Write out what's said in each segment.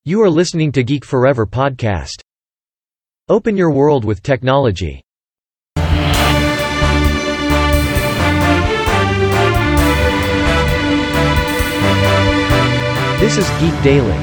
You are listening to Geek Forever podcast. Open your world with technology. This is Geek Daily.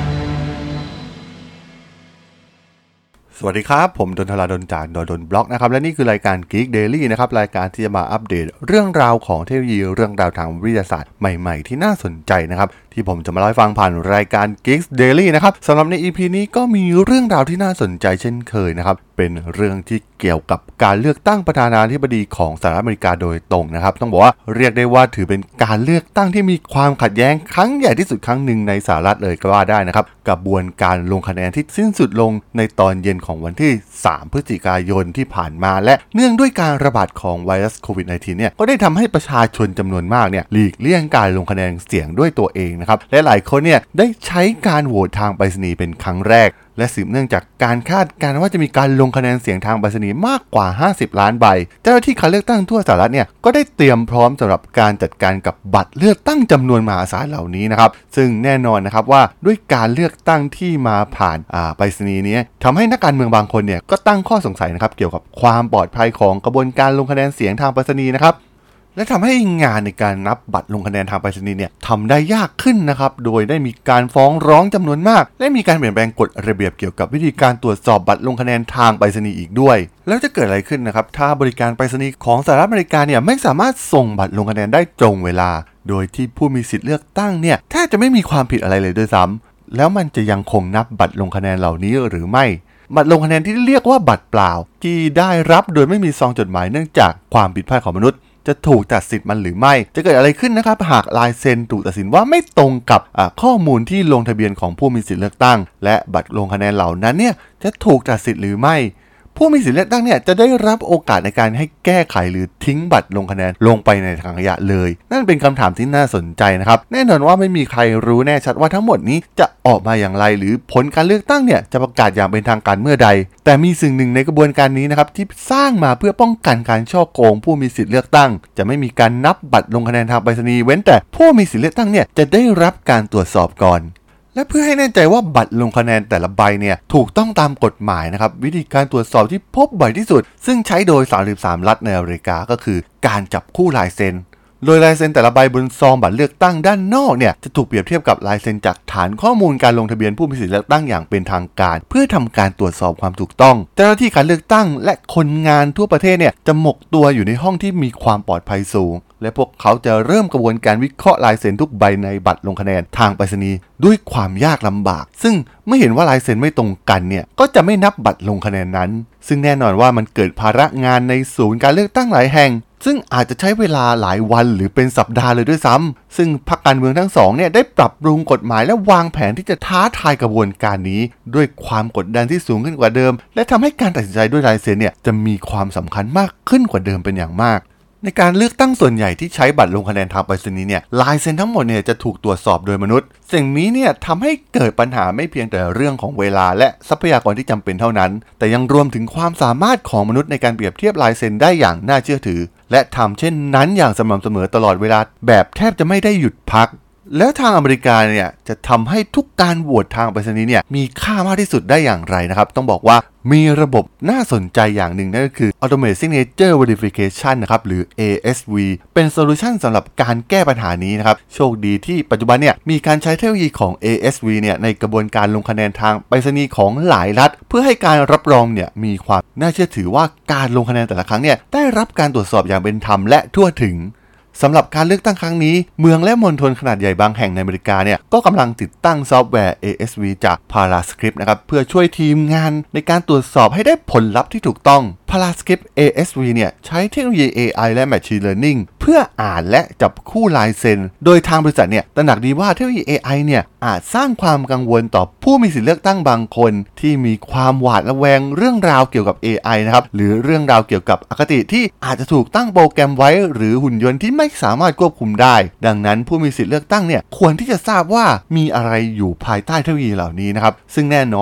สวัสดีครับผมดนทราดลจากดนบล็อกนะครับและนี่คือรายการ Geek Daily นะครับรายการที่จะมาอัปเดตเรื่องราวของเทคโนโลยีเรื่องราวทางวิทยาศาสตร์ใหม่ๆที่น่าสนใจนะครับที่ผมจะมาเล่าให้ฟังผ่านรายการ Geek Daily นะครับสำหรับใน EP นี้ก็มีเรื่องราวที่น่าสนใจเช่นเคยนะครับเป็นเรื่องที่เกี่ยวกับการเลือกตั้งประธานาธิบดีของสหรัฐอเมริกาโดยตรงนะครับต้องบอกว่าเรียกได้ว่าถือเป็นการเลือกตั้งที่มีความขัดแย้งครั้งใหญ่ที่สุดครั้งหนึ่งในสหรัฐเลยก็ว่าได้นะครับกระบวนการลงคะแนนที่สิ้นสุดลงในตอนเย็นของวันที่3 พฤศจิกายนที่ผ่านมาและเนื่องด้วยการระบาดของไวรัสโควิด -19 เนี่ยก็ได้ทำให้ประชาชนจำนวนมากเนี่ยหลีกเลี่ยงการลงคะแนนเสียงด้วยตัวเองนะครับและหลายคนเนี่ยได้ใช้การโหวตทางไปรษณีย์เป็นครั้งแรกและสืบเนื่องจากการคาดการณ์ว่าจะมีการลงคะแนนเสียงทางไปรษณีย์มากกว่า50ล้านใบเจ้าหน้าที่การเลือกตั้งทั่วสหรัฐเนี่ยก็ได้เตรียมพร้อมสำหรับการจัดการกับบัตรเลือกตั้งจำนวนมหาศาลเหล่านี้นะครับซึ่งแน่นอนนะครับว่าด้วยการเลือกตั้งที่มาผ่านไปรษณีย์นี้ทำให้นักการเมืองบางคนเนี่ยก็ตั้งข้อสงสัยนะครับเกี่ยวกับความปลอดภัยของกระบวนการลงคะแนนเสียงทางไปรษณีย์นะครับและทำให้งานในการนับบัตรลงคะแนนทางไปรษณีย์เนี่ยทำได้ยากขึ้นนะครับโดยได้มีการฟ้องร้องจำนวนมากและมีการเปลี่ยนแปลงกฎระเบียบเกี่ยวกับวิธีการตรวจสอบบัตรลงคะแนนทางไปรษณีย์อีกด้วยแล้วจะเกิดอะไรขึ้นนะครับถ้าบริการไปรษณีย์ของสหรัฐอเมริกาเนี่ยไม่สามารถส่งบัตรลงคะแนนได้ตรงเวลาโดยที่ผู้มีสิทธิ์เลือกตั้งเนี่ยแทบจะไม่มีความผิดอะไรเลยด้วยซ้ำแล้วมันจะยังคงนับบัตรลงคะแนนเหล่านี้หรือไม่บัตรลงคะแนนที่เรียกว่าบัตรเปล่าที่ได้รับโดยไม่มีซองจดหมายเนื่องจากความผิดพลาดของมนุษย์จะถูกตัดสิทธิ์มันหรือไม่จะเกิดอะไรขึ้นนะครับหากลายเซ็นถูกตัดสินว่าไม่ตรงกับข้อมูลที่ลงทะเบียนของผู้มีสิทธิ์เลือกตั้งและบัตรลงคะแนนเหล่านั้นเนี่ยจะถูกตัดสิทธิ์หรือไม่ผู้มีสิทธิ์เลือกตั้งเนี่ยจะได้รับโอกาสในการให้แก้ไขหรือทิ้งบัตรลงคะแนนลงไปในถังขยะเลยนั่นเป็นคำถามที่น่าสนใจนะครับแน่นอนว่าไม่มีใครรู้แน่ชัดว่าทั้งหมดนี้จะออกมาอย่างไรหรือผลการเลือกตั้งเนี่ยจะประกาศอย่างเป็นทางการเมื่อใดแต่มีสิ่งหนึ่งในกระบวนการนี้นะครับที่สร้างมาเพื่อป้องกันการฉ้อโกงผู้มีสิทธิ์เลือกตั้งจะไม่มีการนับบัตรลงคะแนนทางไปรษณีย์เว้นแต่ผู้มีสิทธิ์เลือกตั้งเนี่ยจะได้รับการตรวจสอบก่อนและเพื่อให้แน่ใจว่าบัตรลงคะแนนแต่ละใบเนี่ยถูกต้องตามกฎหมายนะครับวิธีการตรวจสอบที่พบบ่อยที่สุดซึ่งใช้โดย33รัฐในอเมริกาก็คือการจับคู่ลายเซ็นโดยลายเซ็นแต่ละใบบนซองบัตรเลือกตั้งด้านนอกเนี่ยจะถูกเปรียบเทียบกับลายเซ็นจากฐานข้อมูลการลงทะเบียนผู้มีสิทธิเลือกตั้งอย่างเป็นทางการเพื่อทำการตรวจสอบความถูกต้องเจ้าหน้าที่การเลือกตั้งและคนงานทั่วประเทศเนี่ยจะหมกตัวอยู่ในห้องที่มีความปลอดภัยสูงและพวกเขาจะเริ่มกระบวนการวิเคราะห์ลายเซ็นทุกใบในบัตรลงคะแนนทางไปรษณีย์ด้วยความยากลำบากซึ่งเมื่อเห็นว่าลายเซ็นไม่ตรงกันเนี่ยก็จะไม่นับบัตรลงคะแนนนั้นซึ่งแน่นอนว่ามันเกิดภาระงานในศูนย์การเลือกตั้งหลายแห่งซึ่งอาจจะใช้เวลาหลายวันหรือเป็นสัปดาห์เลยด้วยซ้ำซึ่งพรรคการเมืองทั้งสองเนี่ยได้ปรับปรุงกฎหมายและวางแผนที่จะท้าทายกระบวนการนี้ด้วยความกดดันที่สูงขึ้นกว่าเดิมและทำให้การตัดสินใจด้วยลายเซ็นเนี่ยจะมีความสำคัญมากขึ้นกว่าเดิมเป็นอย่างมากในการเลือกตั้งส่วนใหญ่ที่ใช้บัตรลงคะแนนทางไปรษณีย์เนี่ยลายเซ็นทั้งหมดเนี่ยจะถูกตรวจสอบโดยมนุษย์สิ่งนี้เนี่ยทำให้เกิดปัญหาไม่เพียงแต่เรื่องของเวลาและทรัพยากรที่จำเป็นเท่านั้นแต่ยังรวมถึงความสามารถของมนุษย์ในการเปรียบเทียบลายเซ็นได้อย่างน่าเชื่อถือและทำเช่นนั้นอย่างสม่ำเสมอตลอดเวลาแบบแทบจะไม่ได้หยุดพักแล้วทางอเมริกาเนี่ยจะทำให้ทุกการโหวตทางไปรษณีย์เนี่ยมีค่ามากที่สุดได้อย่างไรนะครับต้องบอกว่ามีระบบน่าสนใจอย่างหนึ่งนั่นก็คือ Automated Signature Verification นะครับหรือ ASV เป็นโซลูชันสำหรับการแก้ปัญหานี้นะครับโชคดีที่ปัจจุบันเนี่ยมีการใช้เทคโนโลยีของ ASV เนี่ยในกระบวนการลงคะแนนทางไปรษณีย์ของหลายรัฐเพื่อให้การรับรองเนี่ยมีความน่าเชื่อถือว่าการลงคะแนนแต่ละครั้งเนี่ยได้รับการตรวจสอบอย่างเป็นธรรมและทั่วถึงสำหรับการเลือกตั้งครั้งนี้เมืองและมณฑลขนาดใหญ่บางแห่งในอเมริกาเนี่ยก็กำลังติดตั้งซอฟต์แวร์ ASV จาก Parascript นะครับเพื่อช่วยทีมงานในการตรวจสอบให้ได้ผลลัพธ์ที่ถูกต้อง Parascript ASV เนี่ยใช้เทคโนโลยี AI และ Machine Learning เพื่ออ่านและจับคู่ลายเซ็นโดยทางบริษัทเนี่ยตระหนักดีว่าเทคโนโลยี AI เนี่ยอาจสร้างความกังวลต่อผู้มีสิทธิเลือกตั้งบางคนที่มีความหวาดระแวงเรื่องราวเกี่ยวกับ AI นะครับหรือเรื่องราวเกี่ยวกับอคติที่อาจจะถูกตั้งโปรแกรมไว้หรือหุ่นยนต์ที่ไม่สามารถควบคุมได้ดังนั้นผู้มีสิทธิเลือกตั้งเนี่ยควรที่จะทราบว่ามีอะไรอยู่ภายใต้เทคโนโลยีเหล่านี้นะครับซึ่งแน่นอน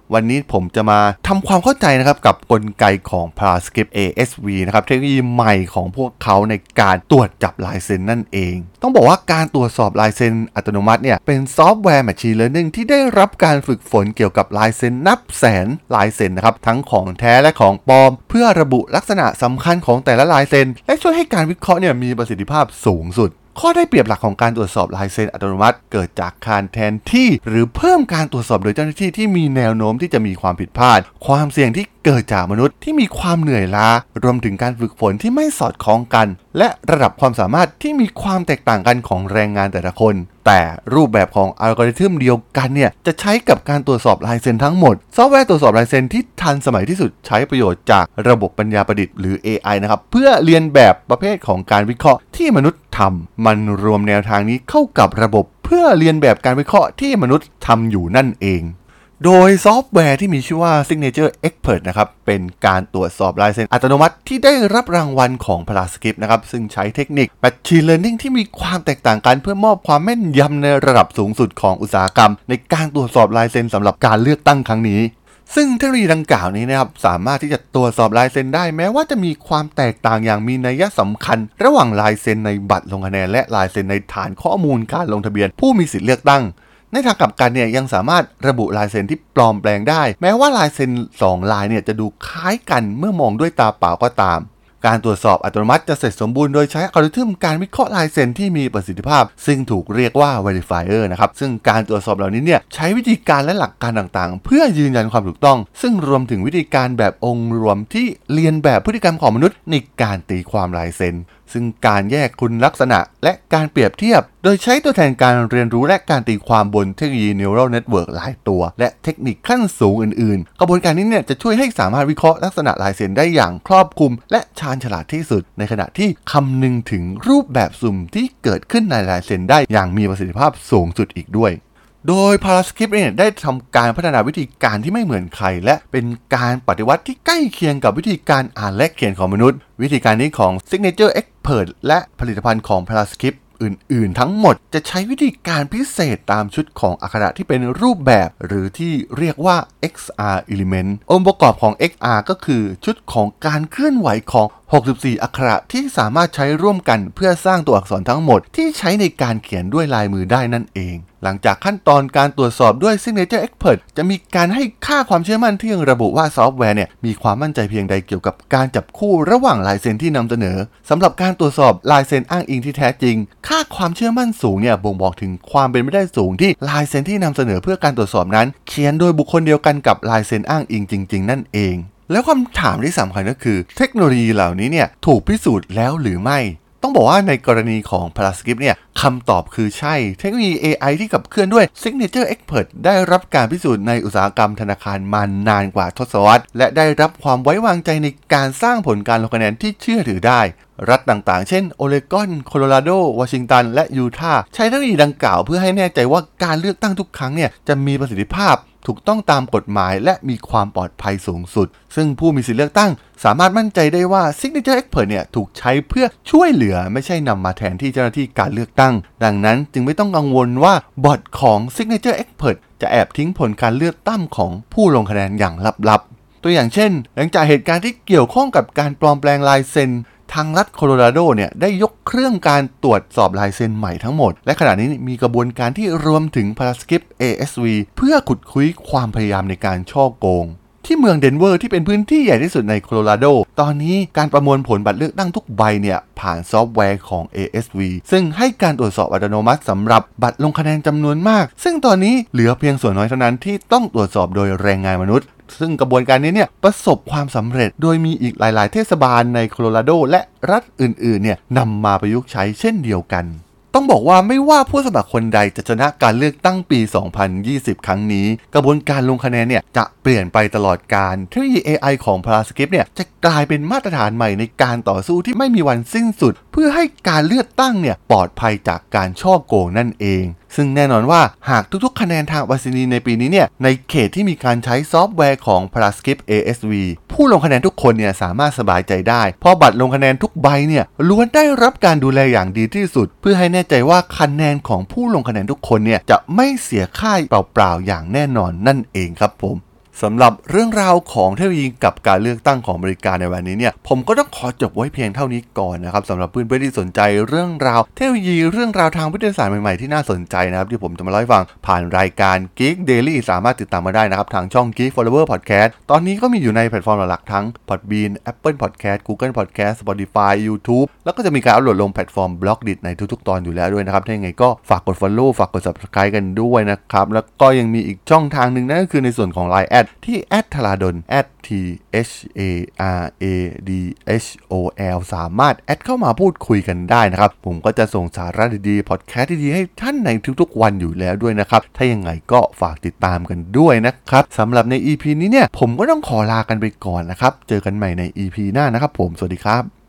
วันนี้ผมจะมาทำความเข้าใจนะครับกับกลไกของ Parascript ASV นะครับเทคโนโลยีใหม่ของพวกเขาในการตรวจจับลายเซ็นนั่นเองต้องบอกว่าการตรวจสอบลายเซ็นอัตโนมัติเนี่ยเป็นซอฟต์แวร์ Machine Learning ที่ได้รับการฝึกฝนเกี่ยวกับลายเซ็นนับแสนลายเซ็นนะครับทั้งของแท้และของปลอมเพื่อระบุลักษณะสำคัญของแต่ละลายเซ็นและช่วยให้การวิเคราะห์เนี่ยมีประสิทธิภาพสูงสุดข้อได้เปรียบหลักของการตรวจสอบลายเซ็นอัตโนมัติเกิดจากการแทนที่หรือเพิ่มการตรวจสอบโดยเจ้าหน้าที่ที่มีแนวโน้มที่จะมีความผิดพลาดความเสี่ยงที่เกิดจากมนุษย์ที่มีความเหนื่อยล้ารวมถึงการฝึกฝนที่ไม่สอดคล้องกันและระดับความสามารถที่มีความแตกต่างกันของแรงงานแต่ละคนแต่รูปแบบของอัลกอริทึมเดียวกันเนี่ยจะใช้กับการตรวจสอบลายเซ็นทั้งหมดซอฟต์แวร์ตรวจสอบลายเซ็นที่ทันสมัยที่สุดใช้ประโยชน์จากระบบปัญญาประดิษฐ์หรือ AI นะครับเพื่อเรียนแบบประเภทของการวิเคราะห์ที่มนุษย์ทำมันรวมแนวทางนี้เข้ากับระบบเพื่อเรียนแบบการวิเคราะห์ที่มนุษย์ทำอยู่นั่นเองโดยซอฟต์แวร์ที่มีชื่อว่า Signature Expert นะครับเป็นการตรวจสอบลายเซ็นอัตโนมัติที่ได้รับรางวัลของ Parascript นะครับซึ่งใช้เทคนิค Machine Learning ที่มีความแตกต่างกันเพื่อมอบความแม่นยำในระดับสูงสุดของอุตสาหกรรมในการตรวจสอบลายเซ็นสำหรับการเลือกตั้งครั้งนี้ซึ่งเทคโนโลยีดังกล่าวนี้นะครับสามารถที่จะตรวจสอบลายเซ็นได้แม้ว่าจะมีความแตกต่างอย่างมีนัยสำคัญระหว่างลายเซ็นในบัตรลงคะแนนและลายเซ็นในฐานข้อมูลการลงทะเบียนผู้มีสิทธิเลือกตั้งในทางกลับกันเนี่ยยังสามารถระบุลายเซ็นที่ปลอมแปลงได้แม้ว่าลายเซ็น2ลายเนี่ยจะดูคล้ายกันเมื่อมองด้วยตาเปล่าก็ตามการตรวจสอบอัตโนมัติจะเสร็จสมบูรณ์โดยใช้อัลกอริทึมการวิเคราะห์ลายเซ็นที่มีประสิทธิภาพซึ่งถูกเรียกว่า verifier นะครับซึ่งการตรวจสอบเหล่านี้เนี่ยใช้วิธีการและหลักการต่างๆเพื่อยืนยันความถูกต้องซึ่งรวมถึงวิธีการแบบองค์รวมที่เรียนแบบพฤติกรรมของมนุษย์ในการตีความลายเซ็นซึ่งการแยกคุณลักษณะและการเปรียบเทียบโดยใช้ตัวแทนการเรียนรู้และการตีความบนเทคโนโลยี Neural Network หลายตัวและเทคนิคขั้นสูงอื่นๆกระบวนการนี้เนี่ยจะช่วยให้สามารถวิเคราะห์ลักษณะลายเซ็นได้อย่างครอบคลุมและชาญฉลาดที่สุดในขณะที่คำนึงถึงรูปแบบสุ่มที่เกิดขึ้นในลายเซ็นได้อย่างมีประสิทธิภาพสูงสุดอีกด้วยโดย Parascript เนี่ยได้ทำการพัฒนาวิธีการที่ไม่เหมือนใครและเป็นการปฏิวัติที่ใกล้เคียงกับวิธีการอ่านและเขียนของมนุษย์วิธีการนี้ของ Signature Expert และผลิตภัณฑ์ของ Parascript อื่นๆทั้งหมดจะใช้วิธีการพิเศษตามชุดของอักขระที่เป็นรูปแบบหรือที่เรียกว่า XR Element องค์ประกอบของ XR ก็คือชุดของการเคลื่อนไหวของ64อักขระที่สามารถใช้ร่วมกันเพื่อสร้างตัวอักษรทั้งหมดที่ใช้ในการเขียนด้วยลายมือได้นั่นเองหลังจากขั้นตอนการตรวจสอบด้วย Signature Expert จะมีการให้ค่าความเชื่อมั่นที่ยังระบุว่าซอฟต์แวร์เนี่ยมีความมั่นใจเพียงใดเกี่ยวกับการจับคู่ระหว่างลายเซ็นที่นำเสนอสำหรับการตรวจสอบลายเซ็นอ้างอิงที่แท้จริงค่าความเชื่อมั่นสูงเนี่ยบ่งบอกถึงความเป็นไปได้สูงที่ลายเซ็นที่นำเสนอเพื่อการตรวจสอบนั้นเขียนโดยบุคคลเดียวกันกับลายเซ็นอ้างอิงจริงๆนั่นเองแล้วคำถามที่สำคัญก็คือเทคโนโลยีเหล่านี้เนี่ยถูกพิสูจน์แล้วหรือไม่ต้องบอกว่าในกรณีของ Parascript เนี่ยคำตอบคือใช่เทคโนโลยี AI ที่ขับเคลื่อนด้วย Signature Expert ได้รับการพิสูจน์ในอุตสาหกรรมธนาคารมานานกว่าทศวรรษและได้รับความไว้วางใจในการสร้างผลการลงคะแนนที่เชื่อถือได้รัฐต่างๆเช่นโอเรกอนโคโลราโดวอชิงตันและยูทาห์ใช้เทคโนโลยีดังกล่าวเพื่อให้แน่ใจว่าการเลือกตั้งทุกครั้งเนี่ยจะมีประสิทธิภาพถูกต้องตามกฎหมายและมีความปลอดภัยสูงสุดซึ่งผู้มีสิทธิเลือกตั้งสามารถมั่นใจได้ว่า Signature Expert เนี่ยถูกใช้เพื่อช่วยเหลือไม่ใช่นำมาแทนที่เจ้าหน้าที่การเลือกตั้งดังนั้นจึงไม่ต้องกังวลว่าบอทของ Signature Expert จะแอบทิ้งผลการเลือกตั้งของผู้ลงคะแนนอย่างลับๆตัวอย่างเช่นหลังจากเหตุการณ์ที่เกี่ยวข้องกับการปลอมแปลงลายเซ็นทางรัฐโคโลราโดเนี่ยได้ยกเครื่องการตรวจสอบลายเซ็นใหม่ทั้งหมดและขณะนี้มีกระบวนการที่รวมถึง Parascript ASV เพื่อขุดคุยความพยายามในการฉ้อโกงที่เมืองเดนเวอร์ที่เป็นพื้นที่ใหญ่ที่สุดในโคโลราโดตอนนี้การประมวลผลบัตรเลือกตั้งทุกใบเนี่ยผ่านซอฟต์แวร์ของ ASV ซึ่งให้การตรวจสอบอัตโนมัติสำหรับบัตรลงคะแนนจำนวนมากซึ่งตอนนี้เหลือเพียงส่วนน้อยเท่านั้นที่ต้องตรวจสอบโดยแรงงานมนุษย์ซึ่งกระบวนการนี้เนี่ยประสบความสำเร็จโดยมีอีกหลายๆเทศบาลในโคโลราโดและรัฐอื่นๆเนี่ยนำมาประยุกต์ใช้เช่นเดียวกันต้องบอกว่าไม่ว่าผู้สมัครคนใดจะชนะการเลือกตั้งปี 2020 ครั้งนี้กระบวนการลงคะแนนเนี่ยจะเปลี่ยนไปตลอดกาลเทคโนโลยี AI ของ Parascript เนี่ยจะกลายเป็นมาตรฐานใหม่ในการต่อสู้ที่ไม่มีวันสิ้นสุดเพื่อให้การเลือกตั้งเนี่ยปลอดภัยจากการฉ้อโกงนั่นเองซึ่งแน่นอนว่าหากทุกๆคะแนนทางไปรษณีย์ในปีนี้เนี่ยในเขตที่มีการใช้ซอฟต์แวร์ของ Parascript ASV ผู้ลงคะแนนทุกคนเนี่ยสามารถสบายใจได้เพราะบัตรลงคะแนนทุกใบเนี่ยล้วนได้รับการดูแลอย่างดีที่สุดเพื่อให้แน่ใจว่าคะแนนของผู้ลงคะแนนทุกคนเนี่ยจะไม่เสียค่าเปล่าๆอย่างแน่นอนนั่นเองครับผมสำหรับเรื่องราวของเทคโนโลยีกับการเลือกตั้งของอเมริกาในวันนี้เนี่ยผมก็ต้องขอจบไว้เพียงเท่านี้ก่อนนะครับสำหรับเพื่อนๆที่สนใจเรื่องราวเทคโนโลยีเรื่องราวทางวิทยาศาสตร์ใหม่ๆที่น่าสนใจนะครับที่ผมจะมาเล่าให้ฟังผ่านรายการ Geek Daily สามารถติดตามมาได้นะครับทางช่อง Geek Forever Podcast ตอนนี้ก็มีอยู่ในแพลตฟอร์มหลักๆทั้ง Podbean Apple Podcast Google Podcast Spotify YouTube แล้วก็จะมีการอัปโหลดลงแพลตฟอร์ม Blogdit ในทุกๆตอนอยู่แล้วด้วยนะครับถ้าอย่างไรก็ฝากกด follow ฝากกด subscribe กันด้วยนะครับแล้วก็ยังมีอีกช่องทางนึงนั่นก็คือในส่วนของ Line แอดที่@thradol @THARADHOL สามารถแอดเข้ามาพูดคุยกันได้นะครับผมก็จะส่งสาระดีๆพอดแคสต์ดีๆให้ท่านในทุกๆวันอยู่แล้วด้วยนะครับถ้ายังไงก็ฝากติดตามกันด้วยนะครับสำหรับใน EP นี้เนี่ยผมก็ต้องขอลากันไปก่อนนะครับเจอกันใหม่ใน EP หน้านะครับผมสวัสดีครับ